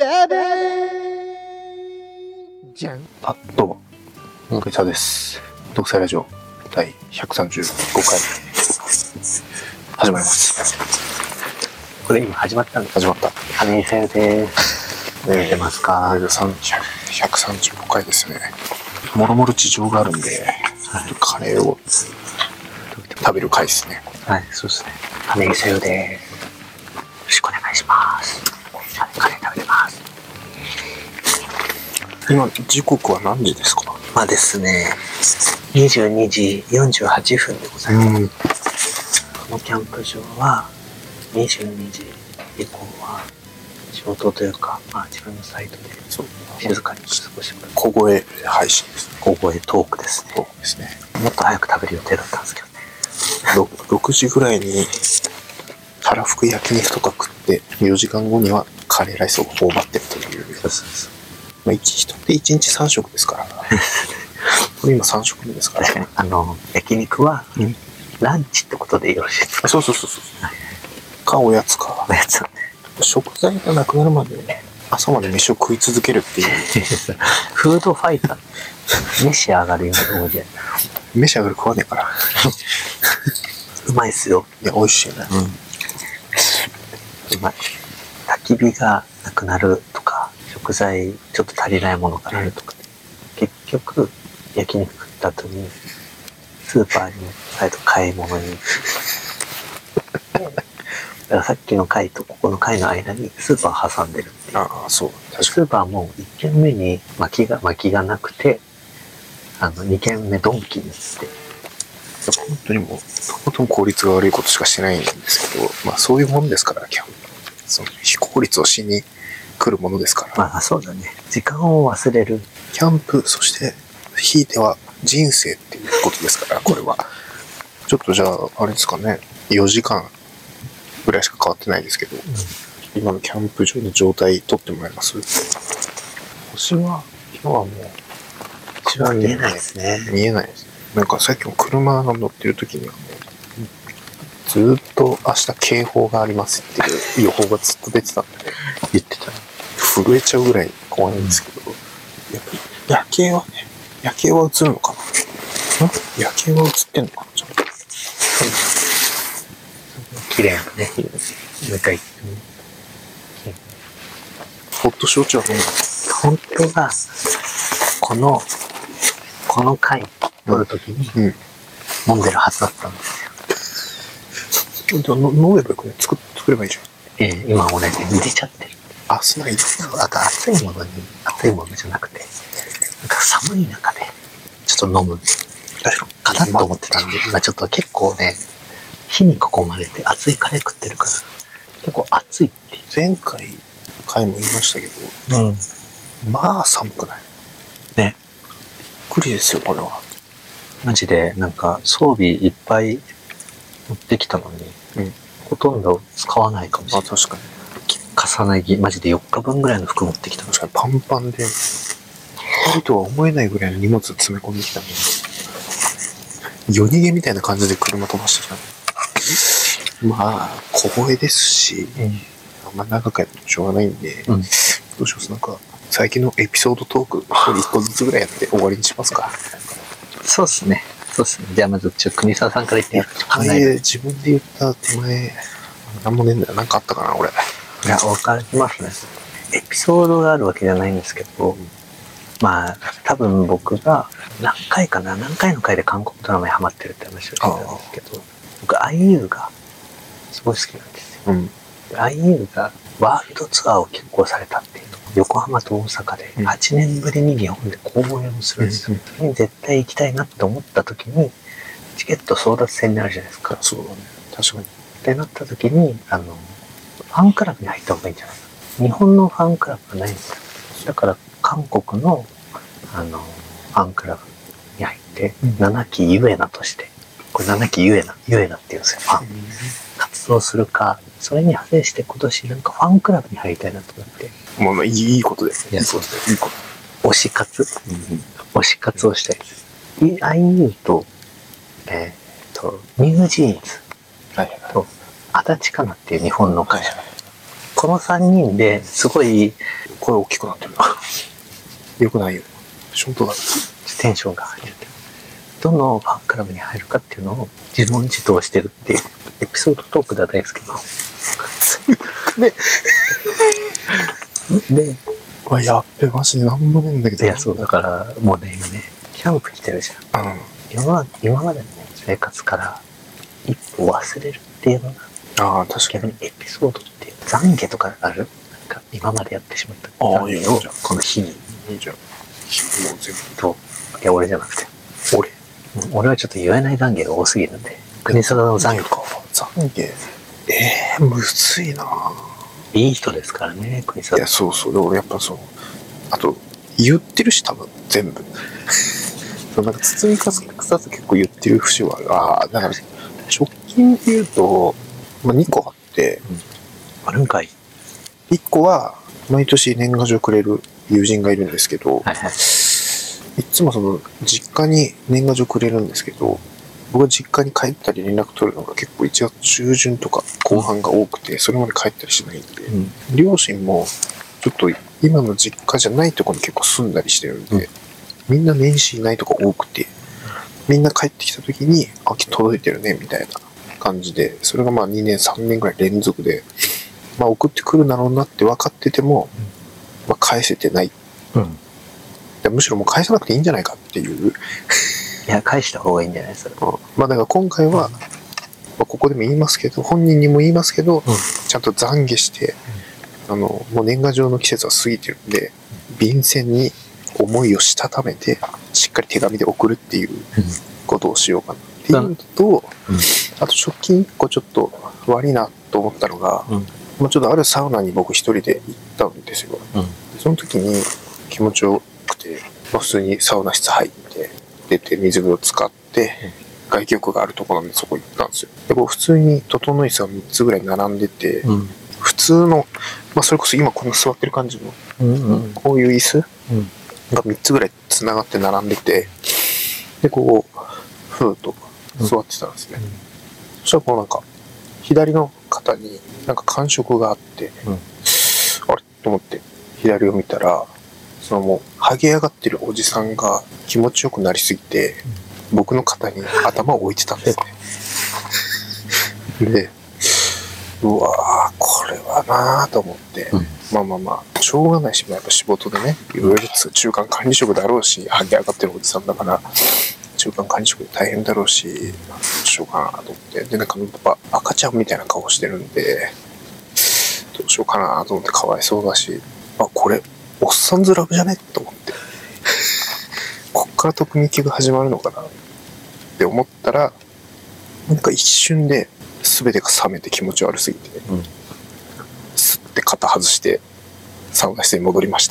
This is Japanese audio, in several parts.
じゃん。あ、どうも。お疲れ様です。独裁ラジオ第135回始まります。 これ今始まったんです。 始まった。 羽生さゆです。見てますか？ これで135回ですね。もろもろ事情があるんで、はい、カレーを食べる回ですね。 はい、そうですね。羽生さゆです。よろしくお願いします。カレー食べてます。 今時刻は何時ですか？ まあですね、22時48分でございます。このキャンプ場は22時以降は仕事というか、まあ自分のサイトで静かに過ごしてくれる。 小声配信ですね。 小声トークですね。 トークですね。 もっと早く食べる予定だったんですけどね。 6時ぐらいにたらふく焼肉とか食って4時間後にはカレーライスを頬張ってるという。まあ、人って1日3食ですからこれ今3食目ですから。 確かに焼肉はランチってことでよろしいですか？ そう、かおやつか。 おやつ、ね、 食材がなくなるまで朝まで飯を食い続けるっていうフードファイター。飯上がるようで飯上がる食わねえからうまいっすよ。 いや美味しいね、 うまい。焚き火がなくなるとか食材ちょっと足りないものがあるとか、結局焼肉食った後にスーパーに再度買い物に行くだからさっきの階とここの階の間にスーパー挟んでるっていう。 ああ、そう。 スーパーも1軒目に薪がなくて2軒目ドンキに行って本当にもうとことん効率が悪いことしかしてないんですけど、まあそういうもんですからその非効率をしに来るものですから。 まあそうだね。時間を忘れる。 キャンプ、そしてひいては人生っていうことですから、これは。ちょっとじゃああれですかね、4時間ぐらいしか変わってないですけど、今のキャンプ場の状態撮ってもらえます？星は今日はもう一番見えないですね。 見えないです。なんかさっきも車が乗ってる時にはもうずーっと明日警報がありますっていう予報がずっと出てたんで、 言ってた。 震えちゃうぐらい怖いんですけど、やっぱり夜景は映るのかな？夜景は映ってんのかな？ちょっと綺麗なね。もう一回。 ホット焼酎は飲んだ。 本当はこの回撮るときに飲んでるはずだったんですよ。 じゃあ飲めばよくね、作ればいいじゃん。 今俺ね入れちゃってる。 あ、砂入れてる。 あと熱いものじゃなくて、なんか寒い中でちょっと飲むかなと思ってたんで、今ちょっと結構ね火に囲まれて熱いカレー食ってるから結構熱いっていう。 前回も言いましたけど、まあ寒くないね。 びっくりですよこれは。 マジでなんか装備いっぱい持ってきたのに、ほとんど使わないかもしれない。 確かに。 重ね着マジで4日分ぐらいの服持ってきた。 確かにパンパンで一人とは思えないぐらいの荷物詰め込んできたのに、夜逃げみたいな感じで車飛ばしてきたの。まあ小声ですし、あんま長くやってもしょうがないんで、どうします？なんか最近のエピソードトーク1個ずつぐらいやって終わりにしますか？ そうですね。じゃあまず国沢さんから言ってみて。自分で言った手前なんもねえんだよ。なんかあったかな俺。 いや、わかりますね。エピソードがあるわけじゃないんですけど、まあ多分僕が何回の回で韓国ドラマにハマってるって話をしてたんですけど、僕 IU がすごい好きなんですよ。IU がワールドツアーを決行されたっていうの。横浜と大阪で8年ぶりに日本で公演をするんですよ。それに絶対行きたいなって思った時にチケット争奪戦になるじゃないですか。 そうだね。確かに。 ってなった時にファンクラブに入った方がいいんじゃないか。日本のファンクラブがないんですよ。だから韓国のファンクラブに入って7期ユエナとして、これ7期ユエナって言うんですよ。活動するか、それに派生して今年なんかファンクラブに入りたいなと思って。 まあいいことですね。 いや、そうですね。いいこと。推し活。推し活をしたいです。IU とニュージーンズと足立かなっていう日本の会社。 この3人ですごい声大きくなってるな。よくないよ。本当だ。 テンションが入る。どのファンクラブに入るかっていうのを自問自答してるっていうエピソードトークではないですけど。で、 やっべ、マジでなんもねえんだけど。 いや、そう、だから、もうね、今ね、キャンプ来てるじゃん。今までのね、生活から一歩忘れるっていうのが、 確か逆にエピソードっていう懺悔とかある？なんか、今までやってしまった懺悔を、この日に。 いいじゃん。もう全部。 と、いや、俺じゃなくて。俺はちょっと言えない懺悔が多すぎるんで。国定の懺悔か。 懺悔むずいな。 いい人ですからね、国定。 いや、そう。でもやっぱあと、言ってるし、多分、全部。なんか、包み隠さず結構言ってる節は、だから、直近で言うと、2個あって、 あるんかい。 1個は、毎年年賀状くれる友人がいるんですけど、いつも実家に年賀状くれるんですけど、僕は実家に帰ったり連絡取るのが結構1月中旬とか後半が多くて、それまで帰ったりしないんで、両親もちょっと今の実家じゃないところに結構住んだりしてるんで、みんな年始いないとか多くて、みんな帰ってきた時に、届いてるね、みたいな感じで、それが2年、3年ぐらい連続で、送ってくるだろうなって分かってても、返せてない。むしろもう返さなくていいんじゃないかっていう。 いや、返した方がいいんじゃないですか。 だから今回は、ここでも言いますけど、本人にも言いますけど、ちゃんと懺悔して、もう年賀状の季節は過ぎてるんで、便箋に思いをしたためて、しっかり手紙で送るっていうことをしようかなっていうのと、あと直近1個ちょっと悪いなと思ったのが、ちょっとあるサウナに僕一人で行ったんですよ。その時に気持ちよくて、普通にサウナ室入って、出て水風呂使って、外気浴があるところなんでそこ行ったんですよ。で、普通に整い椅子が3つぐらい並んでて、普通の、それこそ今この座ってる感じの、こういう椅子が3つぐらい繋がって並んでて、で、ふーっと座ってたんですね。そしたらなんか、左の肩になんか感触があって、あれと思って左を見たら、もう、ハゲ上がってるおじさんが気持ちよくなりすぎて、僕の肩に頭を置いてたんですね。で、うわー、これはなーと思って、しょうがないし、やっぱ仕事でね、いろいろ中間管理職だろうし、ハゲ上がってるおじさんだから、中間管理職で大変だろうし、どうしようかなと思って、で、なんかやっぱ赤ちゃんみたいな顔してるんで、どうしようかなと思ってかわいそうだし、これ、おっさんずラブじゃねと思って。こっから特技が始まるのかなって思ったら、なんか一瞬で全てが冷めて気持ち悪すぎて、スッて肩外してサウナ室に戻りました。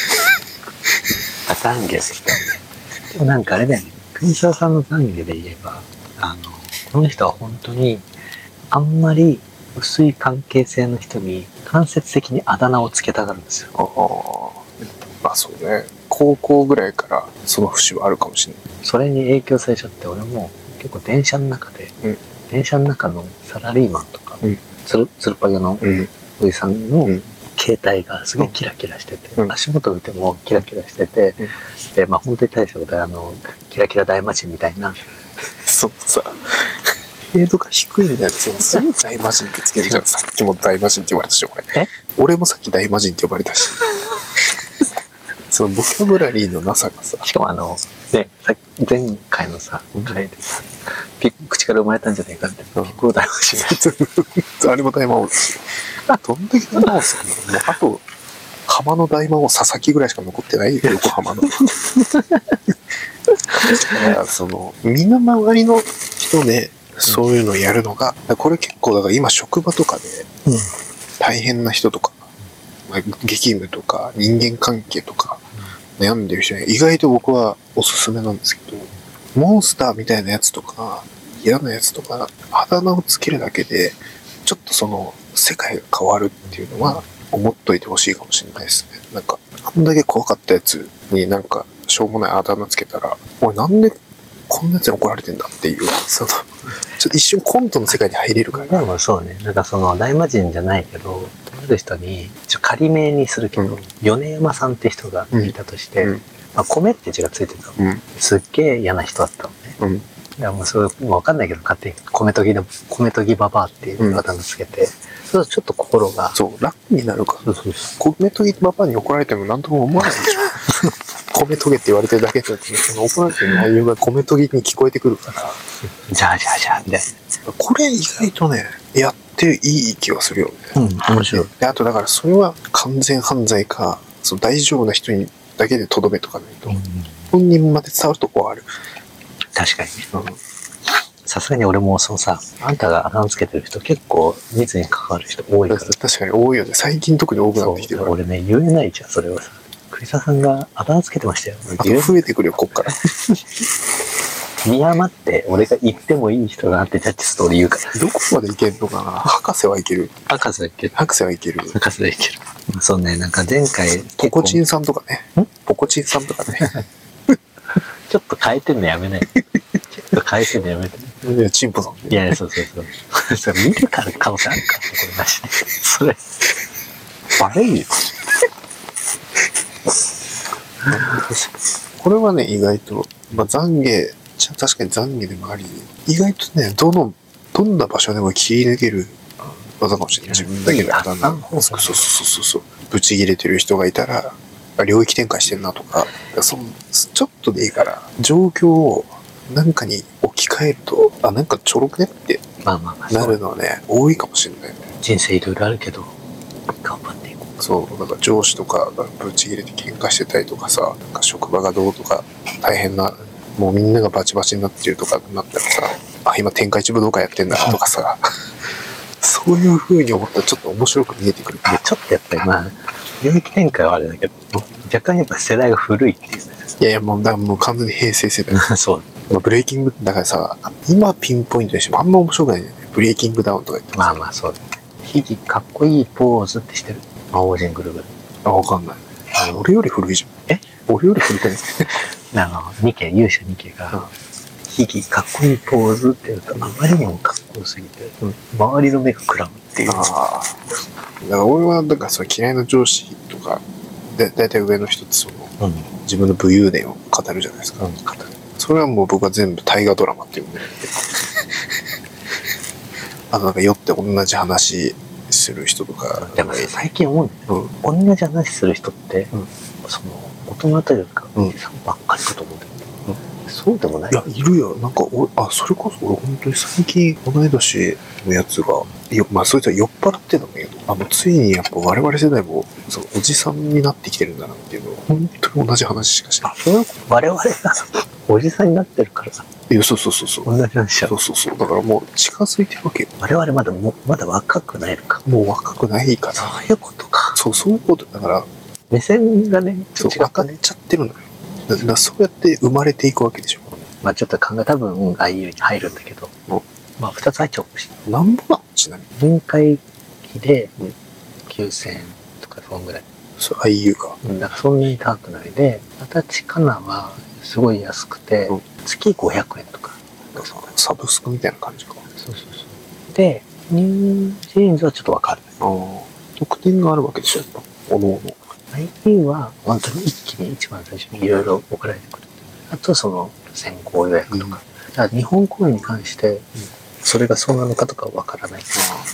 懺悔する。でもなんかあれだよね。国沢さんの懺悔で言えば、この人は本当にあんまり薄い関係性の人に間接的にあだ名をつけたがるんですよ。 そうね。高校ぐらいからその節はあるかもしれない。 それに影響されちゃって、俺も結構電車の中で、電車の中のサラリーマンとか、つるっぱげのおじさんの携帯がすごいキラキラしてて、足元見てもキラキラしてて、で、本当に大したことで、キラキラ大魔神みたいな。 そうさ、程度が低いんだよ。すぐ大魔神ってつけるじゃん。さっきも大魔神って言われたし、俺もさっき大魔神って呼ばれたし。そのボキャブラリーのなさがさ。 しかも前回のさ、回でさ、口から生まれたんじゃないかって、ピッコロ大魔神。 あれも大魔王だし。どんだけ大魔王するの？あと、浜の大魔王佐々木ぐらいしか残ってないよ、横浜の。身の回りの人で、そういうのをやるのが、これ結構だから今職場とかで、大変な人とか、激務とか人間関係とか悩んでる人に意外と僕はおすすめなんですけど、モンスターみたいなやつとか嫌なやつとかあだ名をつけるだけでちょっと世界が変わるっていうのは思っといてほしいかもしれないですね。なんかあんだけ怖かったやつになんかしょうもないあだ名つけたら、おいなんでこんなやつに怒られてんだっていう、ちょっと一瞬コントの世界に入れるから。 でもそうね、なんか大魔神じゃないけど、 る人に、仮名にするけど、米山さんって人がいたとして、まあ、米って字がついてたの。すっげえ嫌な人だったのね。いやもうそれもうわかんないけど、勝手に米とぎババアっていうあだ名つけて、そうちょっと心が。 そう、楽になるから。米とぎババアに怒られても何とも思わないでしょ。米とげって言われてるだけで、怒られてる内容が米とぎに聞こえてくるから。 じゃあ、みたいな。これ意外とね、やっていい気がするよね。 面白い。 で、あとだからそれは完全犯罪か、その大丈夫な人にだけでとどめとかないと、本人まで伝わるとこはある。 確かにね。さすがに俺もそのさ、あんたがあだ名つけてる人結構密に関わる人多いから。 確かに多いよね。最近特に多くなってきてるから。 俺ね、言えないじゃん、それはさ。栗沢さんがあだ名つけてましたよ。 あと増えてくるよ、こっから。 見余って俺が言ってもいい人だなってジャッジすると俺言うから。 どこまでいけんのかな。博士はいける。 博士はいける。 博士はいける。 博士はいける。そうね、なんか前回ポコチンさんとかね。ポコチンさんとかね。 ちょっと変えてんのやめない。ちょっと変えてんのやめて。 いや、チンポさん。 いや、そう。それ見るから可能性あるから、これなしで。それ、バレるよ。 これはね、意外と、まあ、懺悔、確かに懺悔でもあり、意外とね、どんな場所でも切り抜ける技かもしれない。自分だけのあだ名。そう。ブチ切れてる人がいたら、領域展開してんなとか、ちょっとでいいから、状況を何かに置き換えると、なんかちょろくねってなるのはね、多いかもしれない。 人生いろいろあるけど、頑張っていこう。 そう、だから上司とかがぶち切れて喧嘩してたりとかさ、なんか職場がどうとか、大変な、もうみんながバチバチになってるとかなったらさ、今天下一武道会やってんだとかさ、そういう風に思ったらちょっと面白く見えてくる。 ちょっとやっぱりまあ、領域展開はあれだけど、若干やっぱ世代が古いっていうね。 いやもう完全に平成世代。 そう。 まあ、ブレイキング、だからさ、今ピンポイントにしてもあんま面白くないね。ブレイキングダウンとか言ってまあそうだね。日々かっこいいポーズってしてる。魔王陣ぐるぐる。 わかんない。俺より古いじゃん。俺より古くない勇者2家が、日々かっこいいポーズって言うと、あまりにもかっこよすぎて、周りの目がくらむっていう。だから俺は、だからその嫌いな上司とか、だいたい上の人って自分の武勇伝を語るじゃないですか。それはもう僕は全部大河ドラマっていうので。なんか酔って同じ話する人とか。 でも最近思うんだよね。同じ話する人って、その、大人というか、さんばっかりかと思うんだよ。そうでもない。 いや、いるよ。なんか、それこそ俺本当に最近同い年のやつが、まあそいつは酔っ払ってたんだけど、ついにやっぱ我々世代も、おじさんになってきてるんだなっていうのを、本当に同じ話しかしない。 それは我々がおじさんになってるからさ。 いや、そう。同じ話しちゃう。 そう。だからもう近づいてるわけよ。 我々まだ若くないのか。 もう若くないから。 そういうことか。 そういうことだから、 目線がね、 分かっちゃってるのよ。だからそうやって生まれていくわけでしょ。 まあちょっと多分 IU に入るんだけど、まあ2つ入っちゃおうし。 なんぼなのちなみに。 分解費で9000円とかそんぐらい。 そう、IU が。 だからそんなに高くないで、形かなはすごい安くて、月500円とか。 サブスクみたいな感じか。 そう。で、ニュージーンズはちょっとわかる。 特典があるわけでしょ、やっぱ。おのおの。 IU は本当に一気に一番最初にいろいろ送られてくる。あとその先行予約とか。だから日本公演に関して、それがそうなのかとかわからない。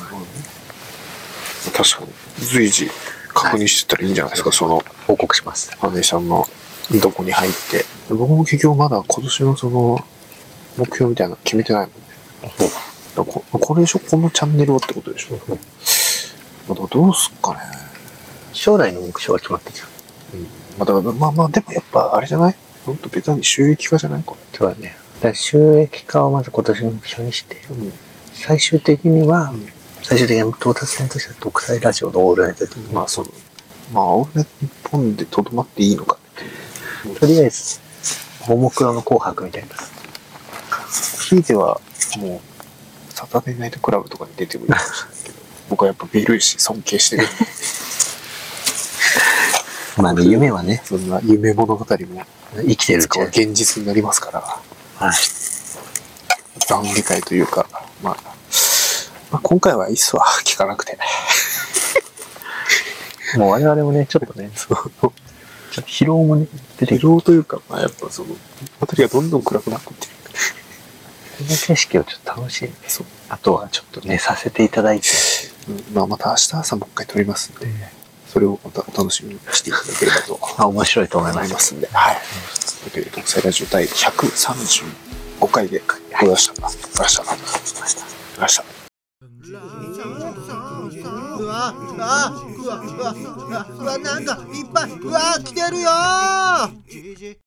確かに。随時確認してたらいいんじゃないですか、その。 報告します。 羽根さんのどこに入って。僕も結局まだ今年のその、目標みたいなの決めてないもんね。これでしょ、このチャンネルをってことでしょ。どうすっかね。 将来の目標は決まってるじゃん。まあ、でもやっぱあれじゃない？ほんとベタに収益化じゃない？これ。そうだね。だから収益化をまず今年の目標にして、最終的に到達点としては独裁ラジオのオールナイトで。 まあオールナイト日本でとどまっていいのかっていう。 とりあえず、ももクロの紅白みたいな。 ひいては、もう、サタデーナイトクラブとかに出てくるかもしれないけど、僕はやっぱビルし尊敬してる。 まあ夢はね。 そんな夢物語も生きてるうちは現実になりますから。はい。懺悔会というか、まあ今回はいいっすわ。聞かなくて。 もう我々もね、ちょっとね、ちょっと疲労もね、出て疲労というか、まあやっぱその、辺りがどんどん暗くなってってる。 この景色をちょっと楽しんで、あとはちょっと寝させていただいて、 まあまた明日朝もう一回撮りますんで、それをまたお楽しみにしていただければと面白いと思い思ます。 いますんで、はい。というわけで、国際ラジオ第135回でございました。ございました。ございました。 うわ、なんかいっぱい、来てるよー。